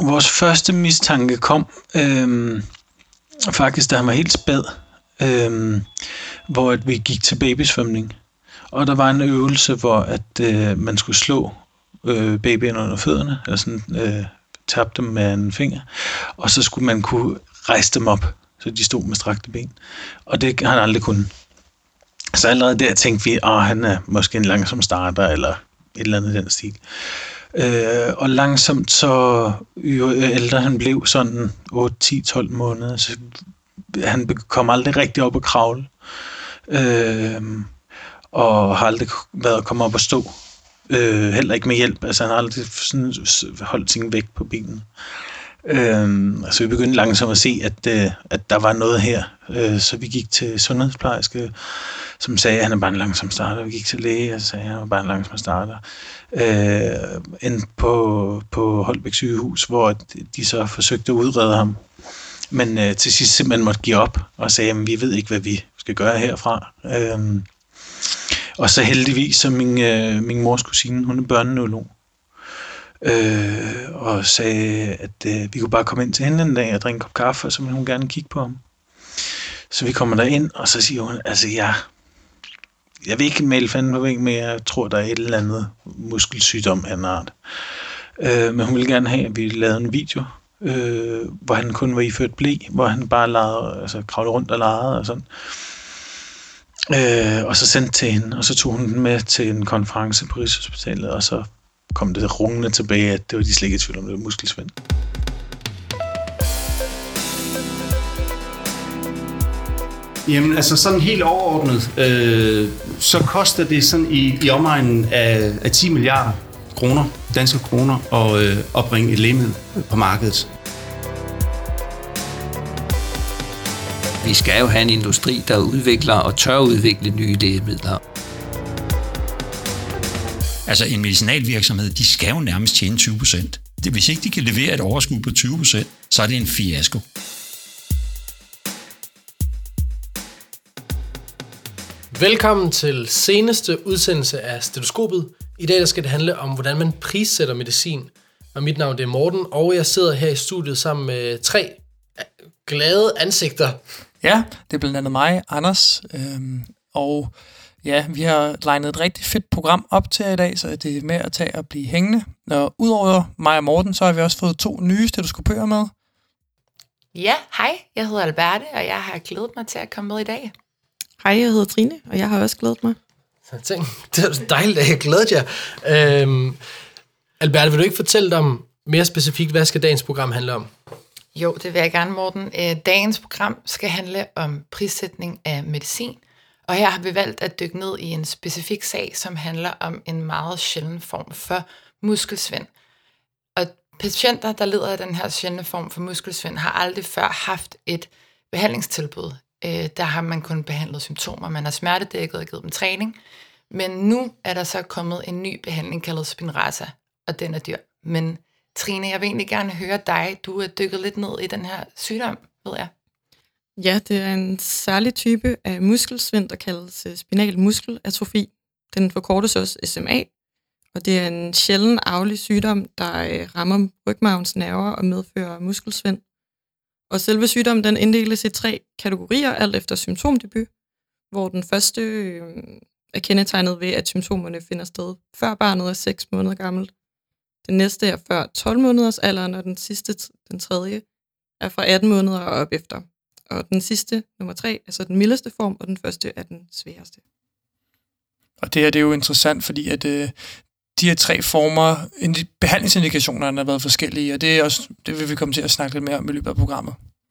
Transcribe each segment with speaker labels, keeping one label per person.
Speaker 1: Vores første mistanke kom faktisk, da han var helt spæd, hvor at vi gik til babysvømning. Og der var en øvelse, hvor at man skulle slå babyen under fødderne, eller sådan tabe dem med en finger, og så skulle man kunne rejse dem op, så de stod med strakte ben. Og det har han aldrig kunnet. Så allerede der tænkte vi, han er måske en langsom starter, eller et eller andet i den stil. Og langsomt så, jo ældre han blev, sådan 8, 10, 12 måneder, så han kom aldrig rigtig op at kravle. Og har aldrig været at komme op og stå. Heller ikke med hjælp. Altså han har aldrig sådan holdt sin vægt på benene. Altså vi begyndte langsomt at se, at der var noget her. Så vi gik til sundhedsplejerske, som sagde, at han er bare en langsom starter. Vi gik til læge, og sagde, at han var bare en langsom starter. Endte på Holbæk sygehus, hvor de så forsøgte at udrede ham. Men til sidst simpelthen måtte give op og sagde, at vi ved ikke, hvad vi skal gøre herfra. Og så heldigvis, så min mors kusine, hun er børneneurolog, og sagde, at vi kunne bare komme ind til hende en dag og drikke en kop kaffe, og så ville hun gerne kigge på ham. Så vi kommer derind, og så siger hun, altså jeg vil ikke male fanden på væggen, men jeg tror, der er et eller andet muskelsygdom af en art. Men hun ville gerne have, at vi lavede en video, hvor han kun var iført ble, hvor han bare legede, altså kravlede rundt og legede og sådan. Og så sendte til hende, og så tog hun den med til en konference på Rigshospitalet, og så kom det rungende tilbage, at det var de slet ikke i tvivl om, det var muskelsvind.
Speaker 2: Jamen, altså sådan helt overordnet, så koster det sådan i omegnen af 10 milliarder kroner, danske kroner, at opbringe et lægemiddel på markedet.
Speaker 3: Vi skal jo have en industri, der udvikler og tør udvikle nye lægemidler.
Speaker 4: Altså en medicinalvirksomhed, de skal jo nærmest tjene 20%. Hvis ikke de kan levere et overskud på 20%, så er det en fiasko.
Speaker 5: Velkommen til seneste udsendelse af Stetoskopet. I dag der skal det handle om, hvordan man prissætter medicin. Og mit navn det er Morten, og jeg sidder her i studiet sammen med 3 glade ansigter.
Speaker 6: Ja, det er blandt andet mig, Anders, og ja, vi har legnet et rigtig fedt program op til i dag, så det er med at tage og blive hængende. Og udover mig og Morten, så har vi også fået 2 nye stetoskopører med.
Speaker 7: Ja, hej, jeg hedder Alberte, og jeg har glædet mig til at komme med i dag.
Speaker 8: Hej, jeg hedder Trine, og jeg har også glædet mig.
Speaker 5: Det er så dejligt, at jeg glæder jer. Alberte, vil du ikke fortælle om mere specifikt, hvad skal dagens program handle om?
Speaker 7: Jo, det vil jeg gerne, Morten. Dagens program skal handle om prissætning af medicin, og her har vi valgt at dykke ned i en specifik sag, som handler om en meget sjælden form for muskelsvind. Og patienter, der lider af den her sjældne form for muskelsvind, har aldrig før haft et behandlingstilbud. Der har man kun behandlet symptomer, man har smertedækket og givet dem træning, men nu er der så kommet en ny behandling kaldet Spinraza, og den er dyr. Men Trine, jeg vil egentlig gerne høre dig. Du er dykket lidt ned i den her sygdom, ved jeg.
Speaker 8: Ja, det er en særlig type af muskelsvind, der kaldes spinal muskelatrofi. Den forkortes også SMA, og det er en sjælden arvelig sygdom, der rammer rygmarvens nerver og medfører muskelsvind. Og selve sygdommen den inddeles i 3 kategorier, alt efter symptomdebut, hvor den første er kendetegnet ved, at symptomerne finder sted før barnet er 6 måneder gammelt. Den næste er før 12 måneders alderen, og den sidste, den tredje, er fra 18 måneder og op efter. Og den sidste, nummer 3, er så den mildeste form, og den første er den sværeste.
Speaker 6: Og det her det er jo interessant, fordi at de her 3 former, behandlingsindikationerne har været forskellige, og det er også det vil vi komme til at snakke lidt mere om i løbet af programmet.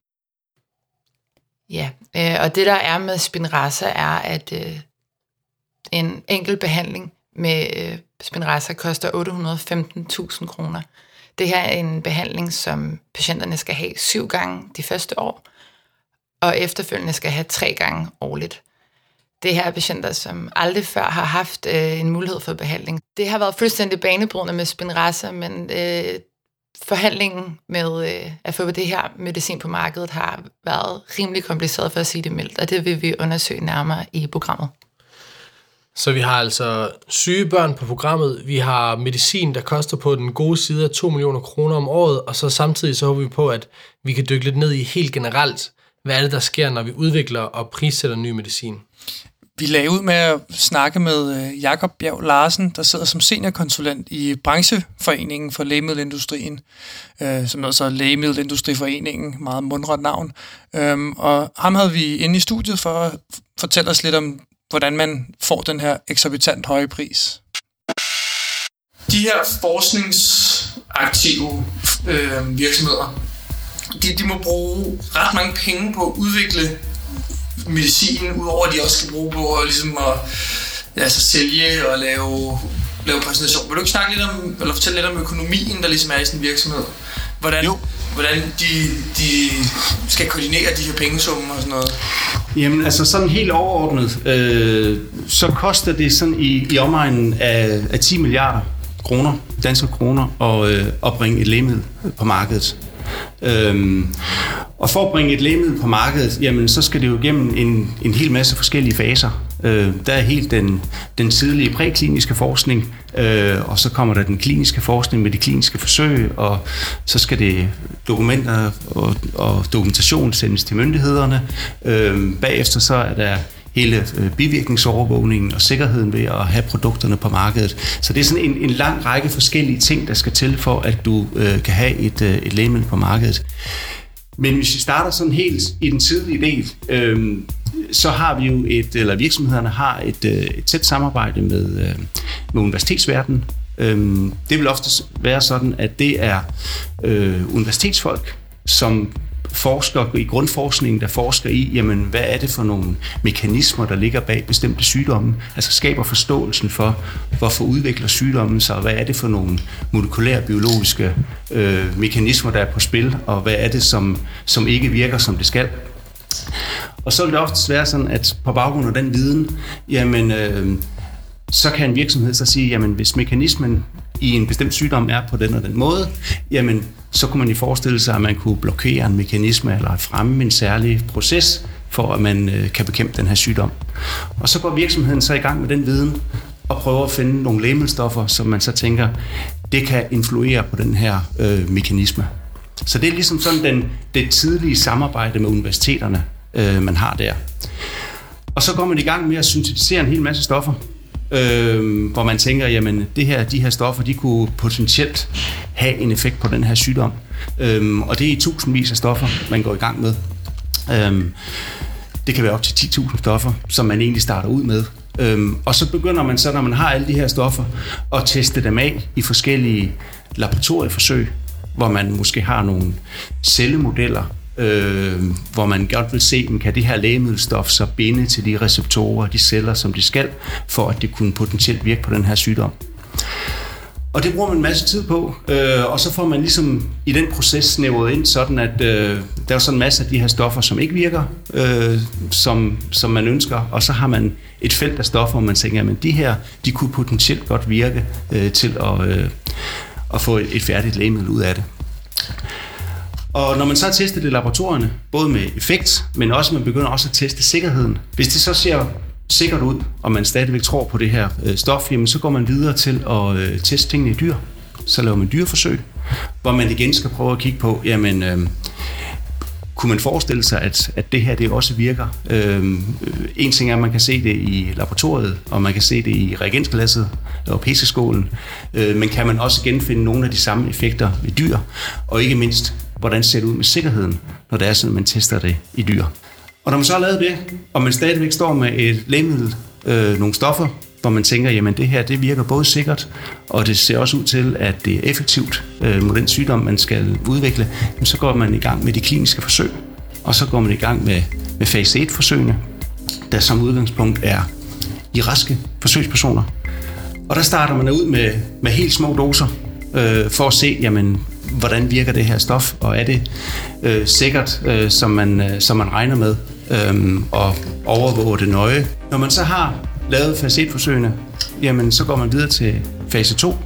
Speaker 7: Ja, og det der er med Spinraza er, at en enkelt behandling med Spinraza koster 815.000 kroner. Det her er en behandling, som patienterne skal have 7 gange de første år, og efterfølgende skal have 3 gange årligt. Det her er patienter, som aldrig før har haft en mulighed for behandling. Det har været fuldstændig banebrydende med Spinraza, men forhandlingen med at få det her medicin på markedet har været rimelig kompliceret for at sige det mildt, og det vil vi undersøge nærmere i programmet.
Speaker 5: Så vi har altså syge børn på programmet, vi har medicin, der koster på den gode side af 2 millioner kroner om året, og så samtidig så håber vi på, at vi kan dykke lidt ned i helt generelt, hvad er det, der sker, når vi udvikler og prissætter ny medicin.
Speaker 6: Vi lagde ud med at snakke med Jakob Bjerg Larsen, der sidder som seniorkonsulent i Brancheforeningen for Lægemiddelindustrien, som også er Lægemiddelindustriforeningen, meget mundret navn. Og ham havde vi inde i studiet for at fortælle os lidt om, hvordan man får den her eksorbitant høje pris. De her forskningsaktive virksomheder, de må bruge ret mange penge på at udvikle medicin, udover at de også skal bruge på ligesom at sælge og lave præsentation. Vil du ikke snakke lidt om, eller fortælle lidt om økonomien, der ligesom er i sådan en virksomhed? Hvordan de skal koordinere de her pengesummer og sådan noget?
Speaker 2: Jamen, altså sådan helt overordnet, så koster det sådan i omegnen af 10 milliarder kroner, danske kroner, at bringe et lægemiddel på markedet. Og for at bringe et lægemiddel på markedet, jamen, så skal det jo igennem en hel masse forskellige faser. Der er helt den tidlige prækliniske forskning, og så kommer der den kliniske forskning med de kliniske forsøg, og så skal det dokumenter og dokumentation sendes til myndighederne. Bagefter så er der hele bivirkningsovervågningen og sikkerheden ved at have produkterne på markedet. Så det er sådan en lang række forskellige ting, der skal til for, at du kan have et lægemiddel på markedet. Men hvis vi starter sådan helt i den tidlige del, så har vi jo virksomhederne har et tæt samarbejde med universitetsverdenen. Det vil ofte være sådan, at det er universitetsfolk, som forsker i grundforskningen, der forsker i, jamen, hvad er det for nogle mekanismer, der ligger bag bestemte sygdomme, altså skaber forståelsen for, hvorfor udvikler sygdommen sig, og hvad er det for nogle molekylære biologiske mekanismer, der er på spil, og hvad er det, som ikke virker, som det skal. Og så vil det ofte være sådan, at på baggrund af den viden, jamen, så kan en virksomhed så sige, jamen, hvis mekanismen i en bestemt sygdom er på den og den måde, jamen, så kunne man jo forestille sig, at man kunne blokere en mekanisme eller fremme en særlig proces, for at man kan bekæmpe den her sygdom. Og så går virksomheden så i gang med den viden og prøver at finde nogle lægemiddelstoffer, som man så tænker, det kan influere på den her mekanisme. Så det er ligesom sådan det tidlige samarbejde med universiteterne, man har der. Og så går man i gang med at syntetisere en hel masse stoffer, hvor man tænker, jamen de her stoffer, de kunne potentielt have en effekt på den her sygdom. Og det er i tusindvis af stoffer, man går i gang med. Det kan være op til 10.000 stoffer, som man egentlig starter ud med. Og så begynder man så, når man har alle de her stoffer, at teste dem af i forskellige laboratorieforsøg, hvor man måske har nogle cellemodeller, hvor man godt vil se, kan det her lægemiddelstof så binde til de receptorer, de celler, som de skal, for at det kunne potentielt virke på den her sygdom. Og det bruger man en masse tid på, og så får man ligesom i den proces snævret ind, sådan at der er sådan en masse af de her stoffer, som ikke virker, som man ønsker, og så har man et felt af stoffer, hvor man tænker, at de her, de kunne potentielt godt virke til at få et færdigt lægemiddel ud af det. Og når man så har testet det i laboratorierne, både med effekt, men også man begynder også at teste sikkerheden. Hvis det så ser sikkert ud, og man stadigvæk tror på det her stof, jamen så går man videre til at teste tingene i dyr. Så laver man dyreforsøg, hvor man igen skal prøve at kigge på, jamen kunne man forestille sig, at det her det også virker. En ting er, at man kan se det i laboratoriet, og man kan se det i reagensglasset og PC-skålen, men kan man også genfinde nogle af de samme effekter ved dyr, og ikke mindst, hvordan ser det ud med sikkerheden, når det er sådan, at man tester det i dyr. Og når man så har lavet det, og man stadigvæk står med et lægemiddel, nogle stoffer, hvor man tænker, jamen det her, det virker både sikkert, og det ser også ud til, at det er effektivt mod den sygdom, man skal udvikle, så går man i gang med de kliniske forsøg, og så går man i gang med fase 1-forsøgene, der som udgangspunkt er i raske forsøgspersoner. Og der starter man ud med helt små doser, for at se, jamen, hvordan virker det her stof, og er det sikkert, som man regner med, og overvåger det nøje. Når man så har lavet fase 1-forsøgene, jamen, så går man videre til fase 2,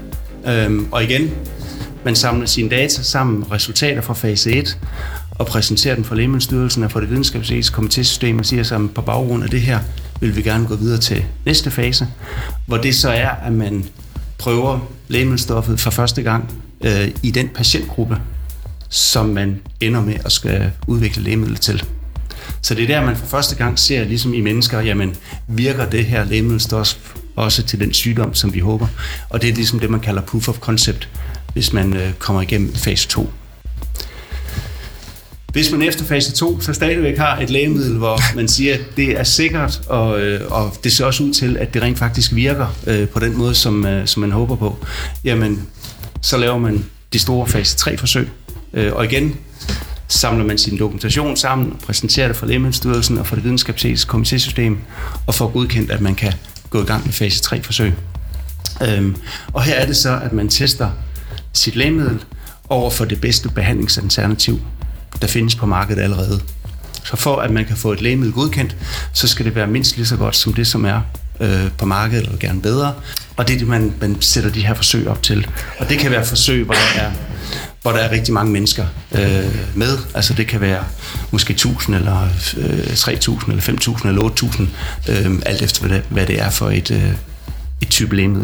Speaker 2: og igen, man samler sine data sammen, resultater fra fase 1, og præsenterer dem for Lægemiddelstyrelsen og for det videnskabsetiske komitésystem, og siger sammen på baggrund af det her, vil vi gerne gå videre til næste fase, hvor det så er, at man prøver lægemiddelstoffet for første gang i den patientgruppe, som man ender med at skal udvikle lægemidler til. Så det er der, man for første gang ser, ligesom i mennesker, jamen virker det her lægemiddelstof også til den sygdom, som vi håber. Og det er ligesom det, man kalder proof of concept, hvis man kommer igennem fase 2. Hvis man efter fase 2 så stadigvæk har et lægemiddel, hvor man siger, at det er sikkert, og det ser også ud til, at det rent faktisk virker på den måde, som man håber på, jamen så laver man de store fase 3-forsøg. Og igen samler man sin dokumentation sammen, præsenterer det for Lægemiddelstyrelsen og for det videnskabsetiske komitésystem, og får godkendt, at man kan gå i gang med fase 3-forsøg. Og her er det så, at man tester sit lægemiddel over for det bedste behandlingsalternativ, der findes på markedet allerede. Så for at man kan få et lægemiddel godkendt, så skal det være mindst lige så godt som det, som er på markedet, eller gerne bedre. Og det er det, man sætter de her forsøg op til. Og det kan være forsøg, hvor der er rigtig mange mennesker med. Altså det kan være måske 1000 eller 3000 eller 5000 eller 8000, alt efter hvad det er for et type lægemiddel.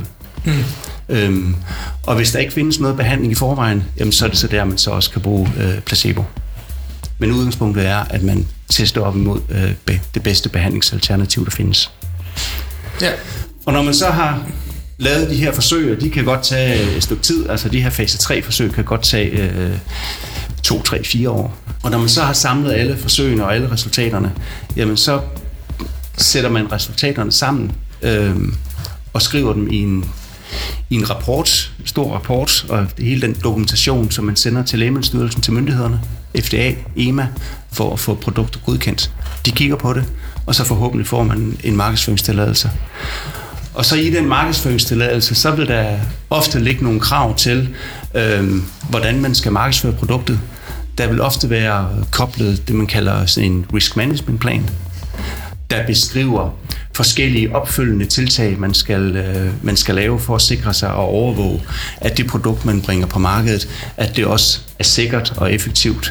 Speaker 2: Og hvis der ikke findes noget behandling i forvejen, jamen så er det så der, man så også kan bruge placebo. Men udgangspunktet er, at man tester op imod det bedste behandlingsalternativ, der findes.
Speaker 6: Ja.
Speaker 2: Og når man så har lavet de her forsøg, og de kan godt tage et stykke tid, altså de her fase 3-forsøg kan godt tage 2, 3, 4 år. Og når man så har samlet alle forsøgene og alle resultaterne, jamen så sætter man resultaterne sammen og skriver dem i en rapport, en stor rapport, og hele den dokumentation, som man sender til Lægemiddelstyrelsen, til myndighederne, FDA, EMA, for at få produkter godkendt. De kigger på det, og så forhåbentlig får man en markedsføringstilladelse. Og så i den markedsføringstilladelse, så vil der ofte ligge nogle krav til, hvordan man skal markedsføre produktet. Der vil ofte være koblet det, man kalder en risk management plan, der beskriver forskellige opfølgende tiltag, man skal lave for at sikre sig og overvåge, at det produkt, man bringer på markedet, at det også er sikkert og effektivt.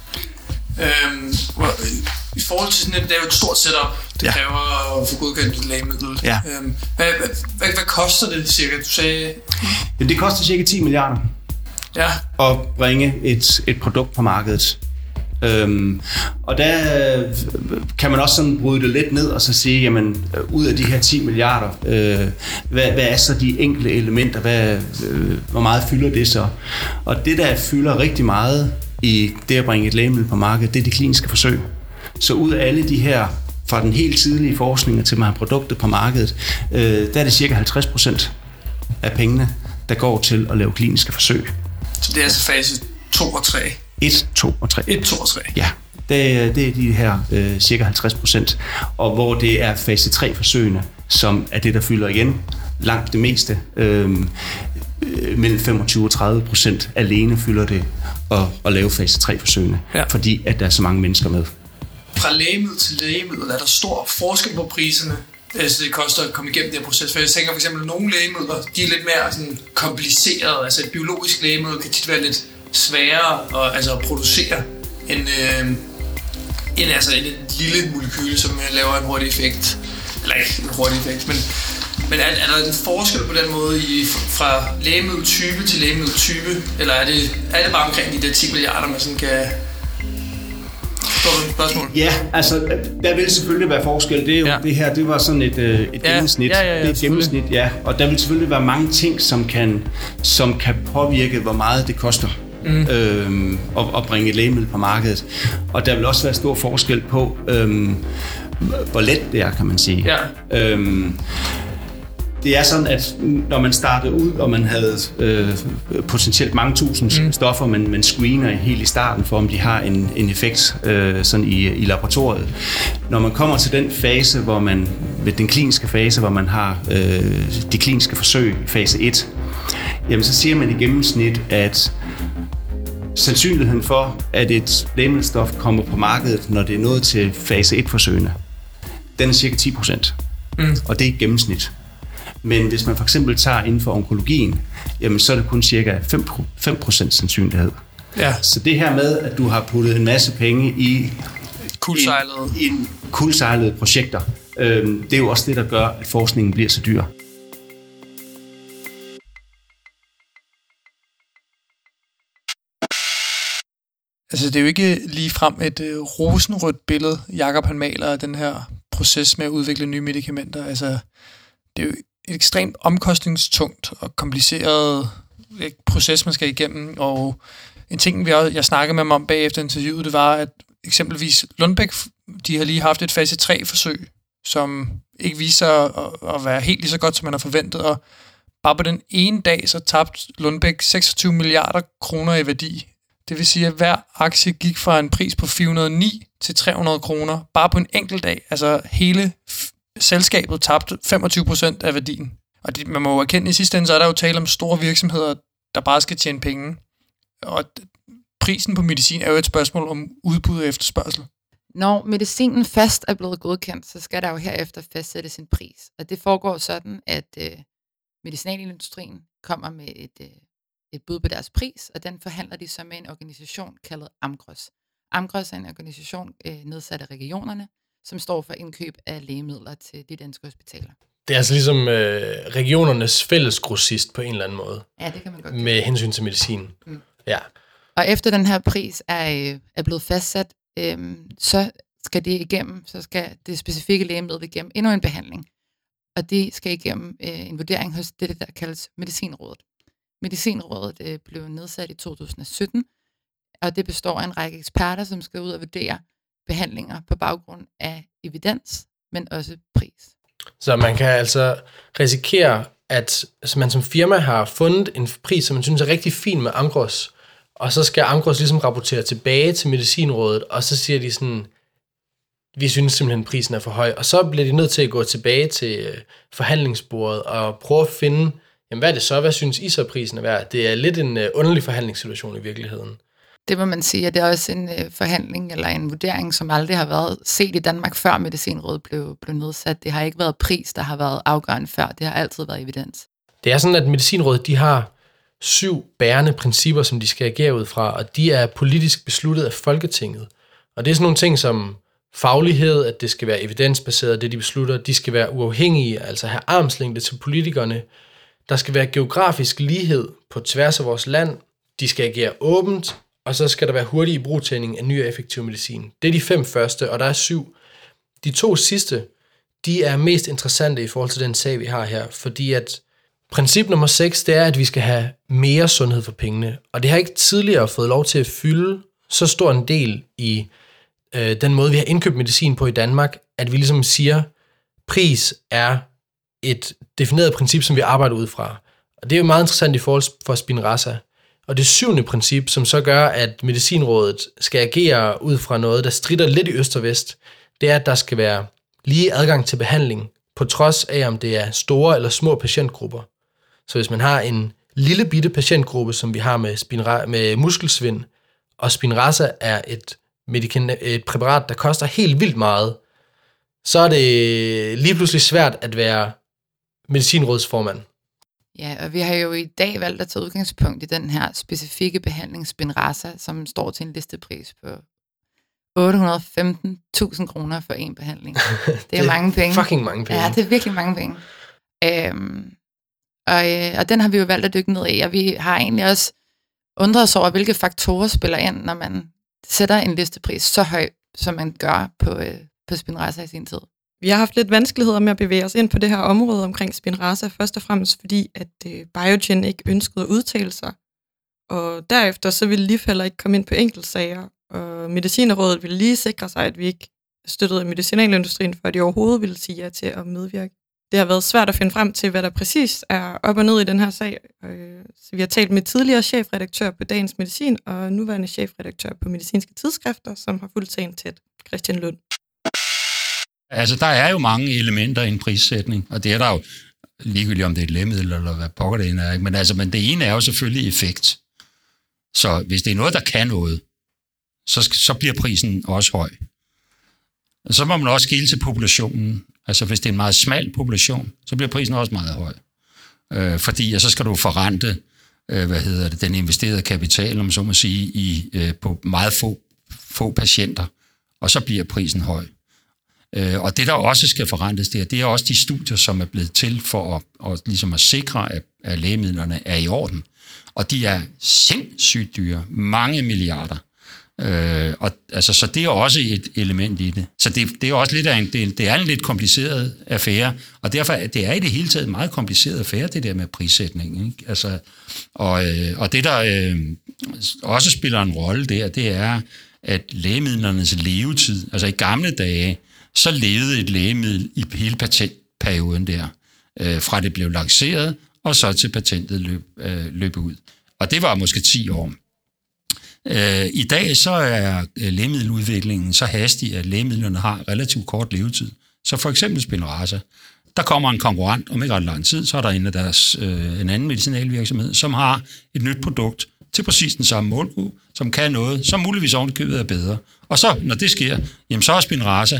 Speaker 6: I forhold til sådan det er jo et stort setup. Det kræver at få godkendt et lægemiddel.
Speaker 2: Ja.
Speaker 6: Hvad koster det cirka? Du sagde...
Speaker 2: Men det koster cirka 10 milliarder at bringe et produkt på markedet. Og der kan man også sådan bryde det lidt ned og så sige, jamen ud af de her 10 milliarder, hvad er så de enkelte elementer? Hvor meget fylder det så? Og det, der fylder rigtig meget i det at bringe et lægemiddel på markedet, det er de kliniske forsøg. Så ud af alle de her, fra den helt tidlige forskning til man har produkter på markedet, der er det cirka 50% af pengene, der går til at lave kliniske forsøg.
Speaker 6: Så det er altså fase 2 og 3?
Speaker 2: 1, 2 og 3.
Speaker 6: 1, 2 og 3.
Speaker 2: Ja, det er de her cirka 50%. Og hvor det er fase 3-forsøgene, som er det, der fylder igen langt det meste. Mellem 25 og 30% alene fylder det at lave fase 3-forsøgene, fordi at der er så mange mennesker med.
Speaker 6: Fra lægemiddel til lægemiddel er der stor forskel på priserne. Altså det koster at komme igennem det her proces. For jeg tænker for eksempel, at nogle lægemidler, de er lidt mere sådan komplicerede. Altså et biologisk lægemiddel kan tit være lidt sværere at producere end et lille molekyle, som laver en hurtig effekt. Eller ikke en hurtig effekt, men er der en forskel på den måde fra lægemiddeltype til lægemiddeltype? Eller er det bare omkring de der 10 milliarder, man sådan kan... Spørgsmål?
Speaker 2: Ja, altså der vil selvfølgelig være forskel. Det er jo det her, det var sådan et gennemsnit. Det er et gennemsnit, og der vil selvfølgelig være mange ting, som kan påvirke, hvor meget det koster at bringe et lægemiddel på markedet. Og der vil også være stor forskel på, hvor let det er, kan man sige. Ja. Det er sådan, at når man startede ud, og man havde potentielt mange tusind stoffer, man screener helt i starten for, om de har en effekt sådan i laboratoriet. Når man kommer til den fase, hvor man ved den kliniske fase, hvor man har de kliniske forsøg, fase 1, jamen så siger man i gennemsnit, at sandsynligheden for, at et lægemiddelstof kommer på markedet, når det er nået til fase 1-forsøgene, den er cirka 10%. Og det er et gennemsnit. Men hvis man for eksempel tager inden for onkologien, jamen så er det kun cirka 5% sandsynlighed. Ja. Så det her med, at du har puttet en masse penge i kuldsejlede projekter, Det er jo også det, der gør, at forskningen bliver så dyr.
Speaker 6: Altså, det er jo ikke ligefrem et rosenrødt billede, Jakob han maler af den her proces med at udvikle nye medicamenter. Altså, det er jo et ekstremt omkostningstungt og kompliceret proces, man skal igennem. Og en ting, jeg snakkede med ham om bagefter interviewet, det var, at eksempelvis Lundbeck, de har lige haft et fase 3-forsøg, som ikke viser at være helt lige så godt, som man har forventet. Og bare på den ene dag, så tabte Lundbeck 26 milliarder kroner i værdi. Det vil sige, at hver aktie gik fra en pris på 409 til 300 kroner, bare på en enkelt dag. Altså hele selskabet tabte 25% af værdien. Og man må jo erkende, i sidste ende, så er der jo tale om store virksomheder, der bare skal tjene penge. Og prisen på medicin er jo et spørgsmål om udbud og efterspørgsel.
Speaker 7: Når medicinen først er blevet godkendt, så skal der jo herefter fastsættes en pris. Og det foregår sådan, at medicinalindustrien kommer med et bud på deres pris, og den forhandler de så med en organisation kaldet Amgros. Amgros er en organisation nedsat af regionerne, som står for indkøb af lægemidler til de danske hospitaler.
Speaker 5: Det er altså ligesom regionernes fælles grossist på en eller anden måde.
Speaker 7: Ja, det kan man godt.
Speaker 5: Med hensyn til medicin.
Speaker 7: Mm.
Speaker 5: Ja.
Speaker 7: Og efter den her pris er blevet fastsat, så skal skal det specifikke lægemiddel igennem endnu en behandling. Og de skal igennem en vurdering hos det, der kaldes Medicinrådet. Medicinrådet blev nedsat i 2017, og det består af en række eksperter, som skal ud og vurdere behandlinger på baggrund af evidens, men også pris.
Speaker 5: Så man kan altså risikere, at man som firma har fundet en pris, som man synes er rigtig fin med Amgros, og så skal Amgros ligesom rapportere tilbage til Medicinrådet, og så siger de sådan, vi synes simpelthen, prisen er for høj. Og så bliver de nødt til at gå tilbage til forhandlingsbordet og prøve at finde, jamen hvad er det så? Hvad synes I så, prisen er værd? Det er lidt en underlig forhandlingssituation i virkeligheden.
Speaker 7: Det må man sige, at det er også en forhandling eller en vurdering, som aldrig har været set i Danmark, før Medicinrådet blev nedsat. Det har ikke været pris, der har været afgørende før. Det har altid været evidens.
Speaker 5: Det er sådan, at Medicinrådet, de har 7 bærende principper, som de skal agere ud fra, og de er politisk besluttet af Folketinget. Og det er sådan nogle ting som faglighed, at det skal være evidensbaseret, det de beslutter. De skal være uafhængige, altså have armslængde til politikerne. Der skal være geografisk lighed på tværs af vores land. De skal agere åbent, og så skal der være hurtig ibrugtagning af ny og effektiv medicin. Det er de 5 første, og der er 7. De 2 sidste, de er mest interessante i forhold til den sag, vi har her, fordi at princip nummer 6, det er, at vi skal have mere sundhed for pengene, og det har ikke tidligere fået lov til at fylde så stor en del i den måde, vi har indkøbt medicin på i Danmark, at vi ligesom siger, pris er et defineret princip, som vi arbejder ud fra. Og det er jo meget interessant i forhold for Spinraza. Og det 7. princip, som så gør, at Medicinrådet skal agere ud fra noget, der stritter lidt i øst og vest, det er, at der skal være lige adgang til behandling, på trods af, om det er store eller små patientgrupper. Så hvis man har en lille bitte patientgruppe, som vi har med muskelsvind, og Spinraza er et præparat, der koster helt vildt meget, så er det lige pludselig svært at være Medicinrådsformand.
Speaker 7: Ja, og vi har jo i dag valgt at tage udgangspunkt i den her specifikke behandling Spinraza, som står til en listepris på 815.000 kroner for en behandling. Det er mange penge.
Speaker 5: Fucking mange penge.
Speaker 7: Ja, det er virkelig mange penge. Og den har vi jo valgt at dykke ned i, og vi har egentlig også undret os over, hvilke faktorer spiller ind, når man sætter en listepris så høj, som man gør på Spinraza i sin tid.
Speaker 8: Vi har haft lidt vanskeligheder med at bevæge os ind på det her område omkring Spinraza, først og fremmest fordi, at Biogen ikke ønskede at udtale sig. Og derefter så ville LIF heller ikke komme ind på enkeltsager, og Medicinrådet ville lige sikre sig, at vi ikke støttede medicinalindustrien, for at de overhovedet ville sige ja til at medvirke. Det har været svært at finde frem til, hvad der præcis er op og ned i den her sag. Så vi har talt med tidligere chefredaktør på Dagens Medicin, og nuværende chefredaktør på Medicinske Tidsskrifter, som har fulgt sagen tæt, Christian Lund.
Speaker 4: Altså, der er jo mange elementer i en prissætning, og det er der jo ligegyldigt, om det er et lægemiddel, eller hvad pokker det er, ikke? Men det ene er jo selvfølgelig effekt. Så hvis det er noget, der kan noget, så bliver prisen også høj. Og så må man også skille til populationen. Altså, hvis det er en meget smal population, så bliver prisen også meget høj. Fordi så skal du forrente, den investerede kapital, om så må sige, på meget få patienter, og så bliver prisen høj. Og det, der også skal forrentes der, det er også de studier, som er blevet til for at ligesom at sikre, at lægemidlerne er i orden. Og de er sindssygt dyre. Mange milliarder. Så det er også et element i det. Så det er også lidt af det er en lidt kompliceret affære, og derfor det er i det hele taget en meget kompliceret affære, det der med prissætning. Ikke? Altså, og det, der også spiller en rolle der, det er, at lægemidlernes levetid, altså i gamle dage, så levede et lægemiddel i hele patentperioden der, fra det blev lanceret, og så til patentet løb ud. Og det var måske 10 år. I dag så er lægemiddeludviklingen så hastig, at lægemidlerne har relativt kort levetid. Så for eksempel Spinraza, der kommer en konkurrent om ikke ret lang tid, så er der en anden medicinalvirksomhed, som har et nyt produkt til præcis den samme målgruppe, som kan noget, som muligvis ovenikøbet er bedre. Og så, når det sker, jamen så er Spinraza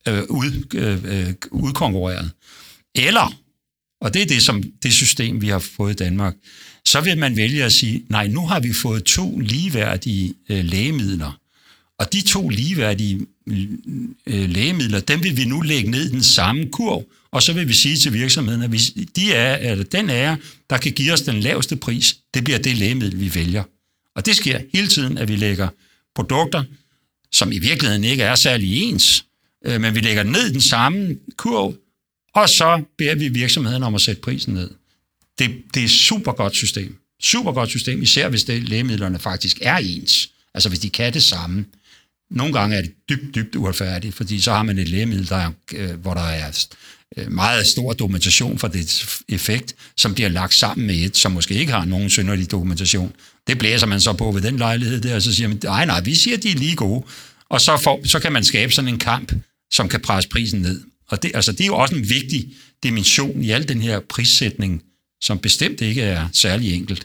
Speaker 4: udkonkurreret. Eller, og det er det system, vi har fået i Danmark, så vil man vælge at sige, nej, nu har vi fået 2 ligeværdige lægemidler, og de 2 ligeværdige lægemidler, dem vil vi nu lægge ned i den samme kurv, og så vil vi sige til virksomheden, at den er, der kan give os den laveste pris, det bliver det lægemiddel, vi vælger. Og det sker hele tiden, at vi lægger produkter, som i virkeligheden ikke er særlig ens, men vi lægger ned i den samme kurv, og så beder vi virksomheden om at sætte prisen ned. Det er et super godt system, især hvis lægemidlerne faktisk er ens. Altså hvis de kan det samme. Nogle gange er det dybt uretfærdigt, fordi så har man et lægemiddel, hvor der er meget stor dokumentation for det effekt, som bliver lagt sammen med et, som måske ikke har nogen synderlig dokumentation. Det blæser man så på ved den lejlighed der, og så siger man, nej, vi siger, at de er lige gode. Og så kan man skabe sådan en kamp, som kan presse prisen ned. Og det er jo også en vigtig dimension i al den her prissætning, som bestemt ikke er særlig enkelt.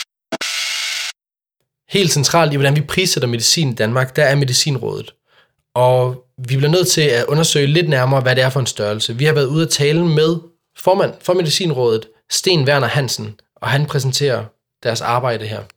Speaker 5: Helt centralt i, hvordan vi prissætter medicin i Danmark, der er Medicinrådet. Og vi bliver nødt til at undersøge lidt nærmere, hvad det er for en størrelse. Vi har været ude at tale med formand for Medicinrådet, Sten Werner Hansen, og han præsenterer deres arbejde her.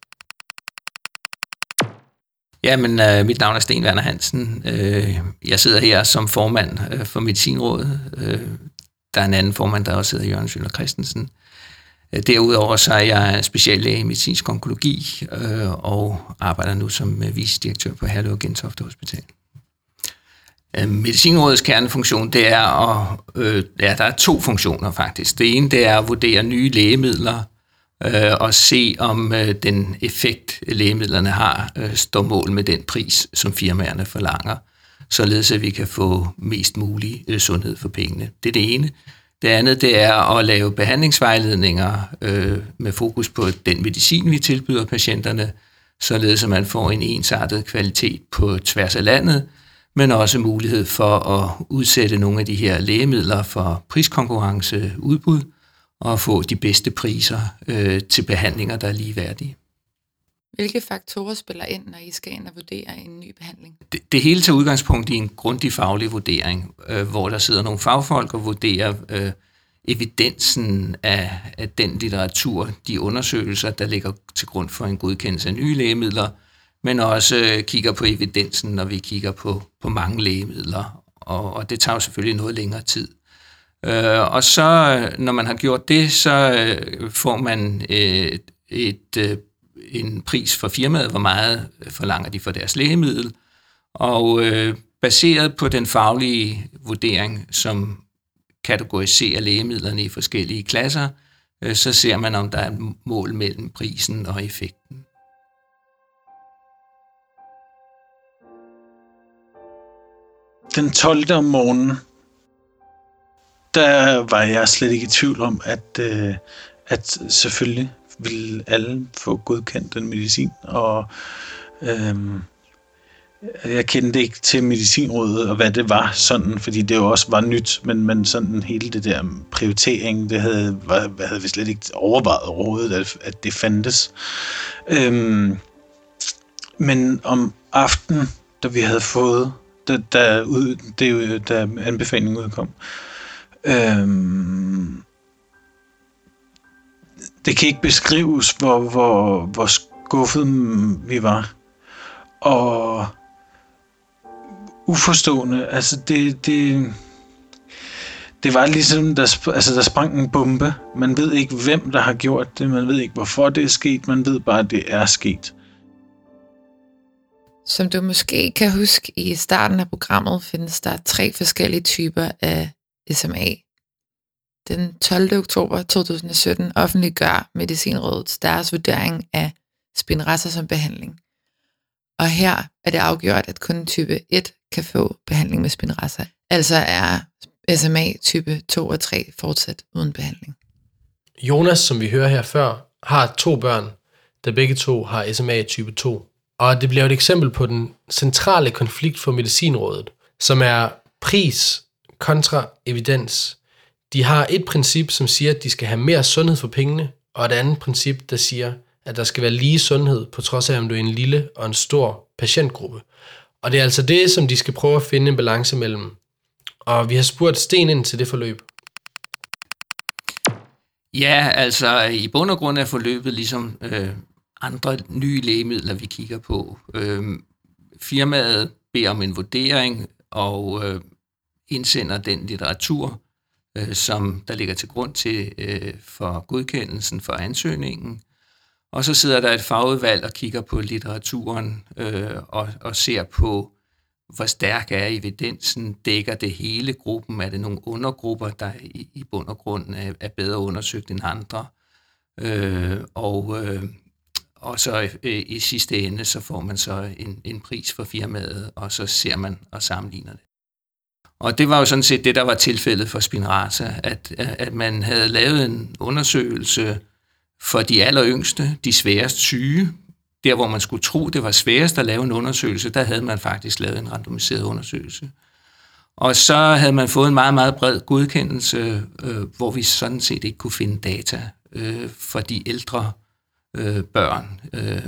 Speaker 3: Jamen, mit navn er Sten Werner Hansen. Jeg sidder her som formand for Medicinrådet. Der er en anden formand, der også hedder Jørgen Schøller Christensen. Derudover så er jeg speciallæge i medicinsk onkologi og arbejder nu som vicedirektør på Herlev Gentofte Hospital. Medicinrådets kernefunktion, det er der er 2 funktioner faktisk. Det ene, det er at vurdere nye lægemidler og se, om den effekt, lægemidlerne har, står mål med den pris, som firmaerne forlanger, således at vi kan få mest mulig sundhed for pengene. Det er det ene. Det andet, det er at lave behandlingsvejledninger med fokus på den medicin, vi tilbyder patienterne, således at man får en ensartet kvalitet på tværs af landet, men også mulighed for at udsætte nogle af de her lægemidler for priskonkurrence, udbud, og få de bedste priser til behandlinger, der er ligeværdige.
Speaker 7: Hvilke faktorer spiller ind, når I skal ind og vurdere en ny behandling?
Speaker 3: Det hele tager udgangspunkt i en grundig faglig vurdering, hvor der sidder nogle fagfolk og vurderer evidensen af den litteratur, de undersøgelser, der ligger til grund for en godkendelse af nye lægemidler, men også kigger på evidensen, når vi kigger på mange lægemidler, og det tager jo selvfølgelig noget længere tid. Og så, når man har gjort det, så får man en pris for firmaet, hvor meget forlanger de for deres lægemiddel, og baseret på den faglige vurdering, som kategoriserer lægemidlerne i forskellige klasser, så ser man, om der er et mål mellem prisen og effekten.
Speaker 1: Den 12. om morgenen, der var jeg slet ikke i tvivl om, at selvfølgelig ville alle få godkendt den medicin, og jeg kendte ikke til Medicinrådet, og hvad det var sådan, fordi det jo også var nyt, men sådan hele det der prioritering, det havde vi slet ikke overvejet overhovedet, at det fandtes. Men om aftenen, da vi havde fået, da anbefalingen udkom, det kan ikke beskrives, hvor skuffet vi var. Og uforstående. Altså, det var ligesom, der sprang en bombe. Man ved ikke, hvem der har gjort det. Man ved ikke, hvorfor det er sket. Man ved bare, at det er sket.
Speaker 7: Som du måske kan huske, i starten af programmet findes der 3 forskellige typer af SMA. Den 12. oktober 2017 offentliggør Medicinrådet deres vurdering af Spinraza som behandling. Og her er det afgjort, at kun type 1 kan få behandling med Spinraza. Altså er SMA type 2 og 3 fortsat uden behandling.
Speaker 5: Jonas, som vi hører her før, har 2 børn, der begge 2 har SMA type 2. Og det bliver et eksempel på den centrale konflikt for Medicinrådet, som er pris kontra evidens. De har et princip, som siger, at de skal have mere sundhed for pengene, og et andet princip, der siger, at der skal være lige sundhed, på trods af, om du er en lille og en stor patientgruppe. Og det er altså det, som de skal prøve at finde en balance mellem. Og vi har spurgt Sten ind til det forløb.
Speaker 3: Ja, altså i bund og grund er forløbet ligesom andre nye lægemidler, vi kigger på. Firmaet beder om en vurdering og indsender den litteratur, som der ligger til grund til for godkendelsen for ansøgningen. Og så sidder der et fagudvalg og kigger på litteraturen og ser på, hvor stærk er evidensen, dækker det hele gruppen, er det nogle undergrupper, der i bund og grund er bedre undersøgt end andre. Og så i sidste ende, så får man så en pris for firmaet, og så ser man og sammenligner det. Og det var jo sådan set det, der var tilfældet for Spinraza, at man havde lavet en undersøgelse for de alleryngste, de sværest syge. Der, hvor man skulle tro, det var sværest at lave en undersøgelse, der havde man faktisk lavet en randomiseret undersøgelse. Og så havde man fået en meget, meget bred godkendelse, hvor vi sådan set ikke kunne finde data for de ældre børn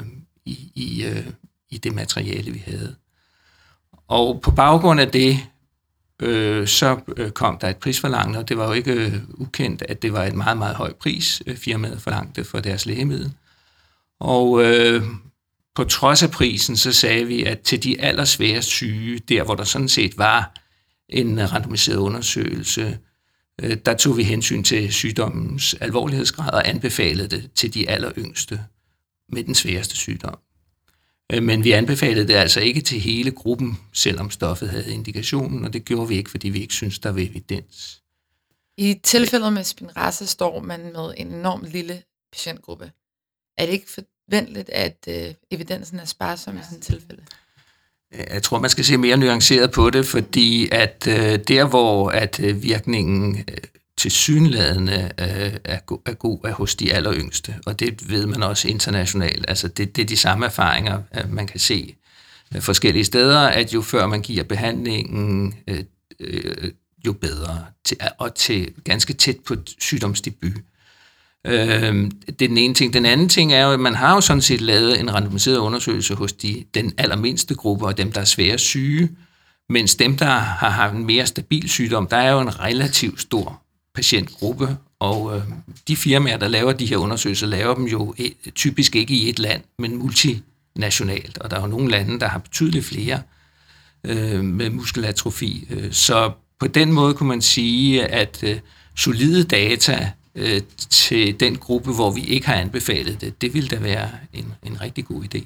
Speaker 3: i det materiale, vi havde. Og på baggrund af det, så kom der et prisforlangende, og det var jo ikke ukendt, at det var et meget, meget høj pris, firmaet forlangte for deres lægemiddel. Og på trods af prisen, så sagde vi, at til de allersværest syge, der hvor der sådan set var en randomiseret undersøgelse, der tog vi hensyn til sygdommens alvorlighedsgrad og anbefalede det til de alleryngste med den sværeste sygdom. Men vi anbefalede det altså ikke til hele gruppen, selvom stoffet havde indikationen, og det gjorde vi ikke, fordi vi ikke synes, der var evidens.
Speaker 7: I tilfældet med Spinraza står man med en enormt lille patientgruppe. Er det ikke forventeligt, at evidensen er sparsom i sådan et tilfælde?
Speaker 3: Jeg tror, man skal se mere nuanceret på det, fordi at der, hvor at virkningen tilsyneladende er god, er hos de alleryngste, og det ved man også internationalt. Altså det er de samme erfaringer, man kan se forskellige steder, at jo før man giver behandlingen, jo bedre, og til ganske tæt på sygdomsdebut. Det er den ene ting. Den anden ting er jo, at man har jo sådan set lavet en randomiseret undersøgelse hos den allermindste gruppe, og dem, der er svære syge, mens dem, der har haft en mere stabil sygdom, der er jo en relativt stor patientgruppe, og de firmaer, der laver de her undersøgelser, laver dem jo typisk ikke i et land, men multinationalt, og der er jo nogle lande, der har betydeligt flere med muskelatrofi. Så på den måde kunne man sige, at solide data til den gruppe, hvor vi ikke har anbefalet det, det ville da være en rigtig god idé.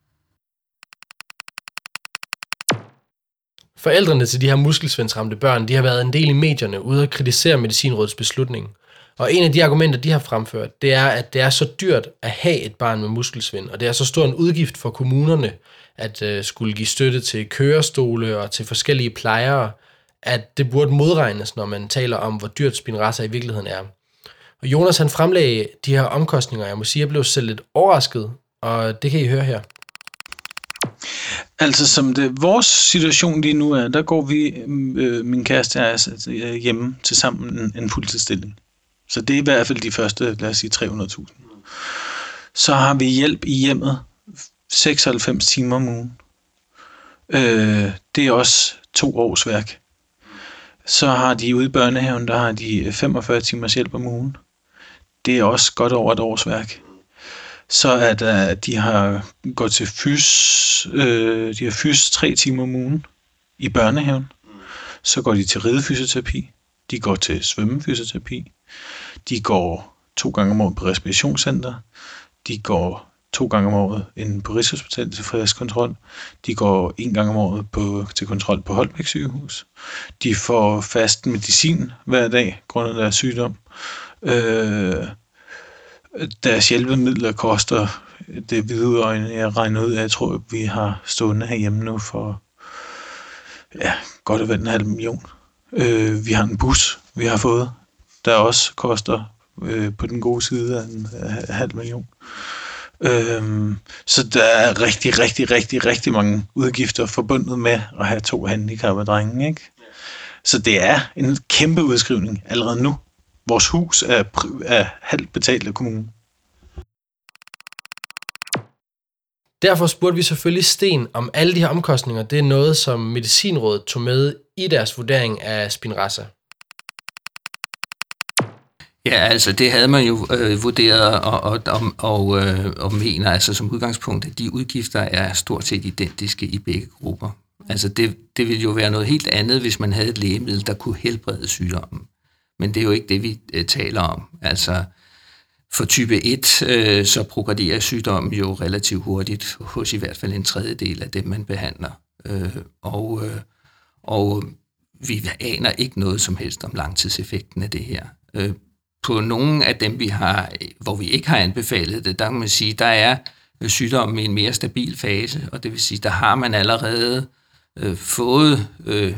Speaker 5: Forældrene til de her muskelsvindsramte børn, de har været en del i medierne ude at kritisere Medicinrådets beslutning. Og en af de argumenter, de har fremført, det er, at det er så dyrt at have et barn med muskelsvind, og det er så stor en udgift for kommunerne at skulle give støtte til kørestole og til forskellige plejere, at det burde modregnes, når man taler om, hvor dyrt Spinraza i virkeligheden er. Og Jonas, han fremlagde de her omkostninger, jeg må sige, jeg blev selv lidt overrasket, og det kan I høre her.
Speaker 1: Altså som vores situation lige nu er, der går vi, min kæreste og jeg, hjemme til sammen en fuldtidsstilling. Så det er i hvert fald de første, lad os sige 300.000. Så har vi hjælp i hjemmet 96 timer om ugen. Det er også 2 års værk. Så har de ude i børnehaven, der har de 45 timers hjælp om ugen. Det er også godt over 1 års værk. Så at de har gået til de har fys 3 timer om ugen. i børnehaven. Så går de til ridefysioterapi. De går til svømmefysioterapi. De går 2 gange om året på respirationscenter. De går 2 gange om året inde på Rigshospitalet til frisk kontrol. De går 1 gang om året til kontrol på Holbæk sygehus. De får fast medicin hver dag, grundet deres sygdom. Deres hjælpemidler koster det hvide øjne, jeg regner ud af. Jeg tror, vi har stående herhjemme nu for godt og vel 500.000. Vi har en bus, vi har fået, der også koster på den gode side af 500.000. Så der er rigtig mange udgifter forbundet med at have 2 handicappede drenge, ikke? Så det er en kæmpe udskrivning allerede nu. Vores hus er halvt betalt af kommunen.
Speaker 5: Derfor spurgte vi selvfølgelig Sten, om alle de her omkostninger, det er noget, som Medicinrådet tog med i deres vurdering af Spinraza.
Speaker 3: Ja, altså det havde man jo vurderet og mener altså som udgangspunkt, at de udgifter er stort set identiske i begge grupper. Altså det ville jo være noget helt andet, hvis man havde et lægemiddel, der kunne helbrede sygdommen. Men det er jo ikke det, vi taler om. Altså for type 1, så progrederer sygdommen jo relativt hurtigt, hos i hvert fald 1/3 af dem, man behandler. Og vi aner ikke noget som helst om langtidseffekten af det her. På nogle af dem, vi har, hvor vi ikke har anbefalet det, der kan man sige, der er sygdommen i en mere stabil fase, og det vil sige, der har man allerede fået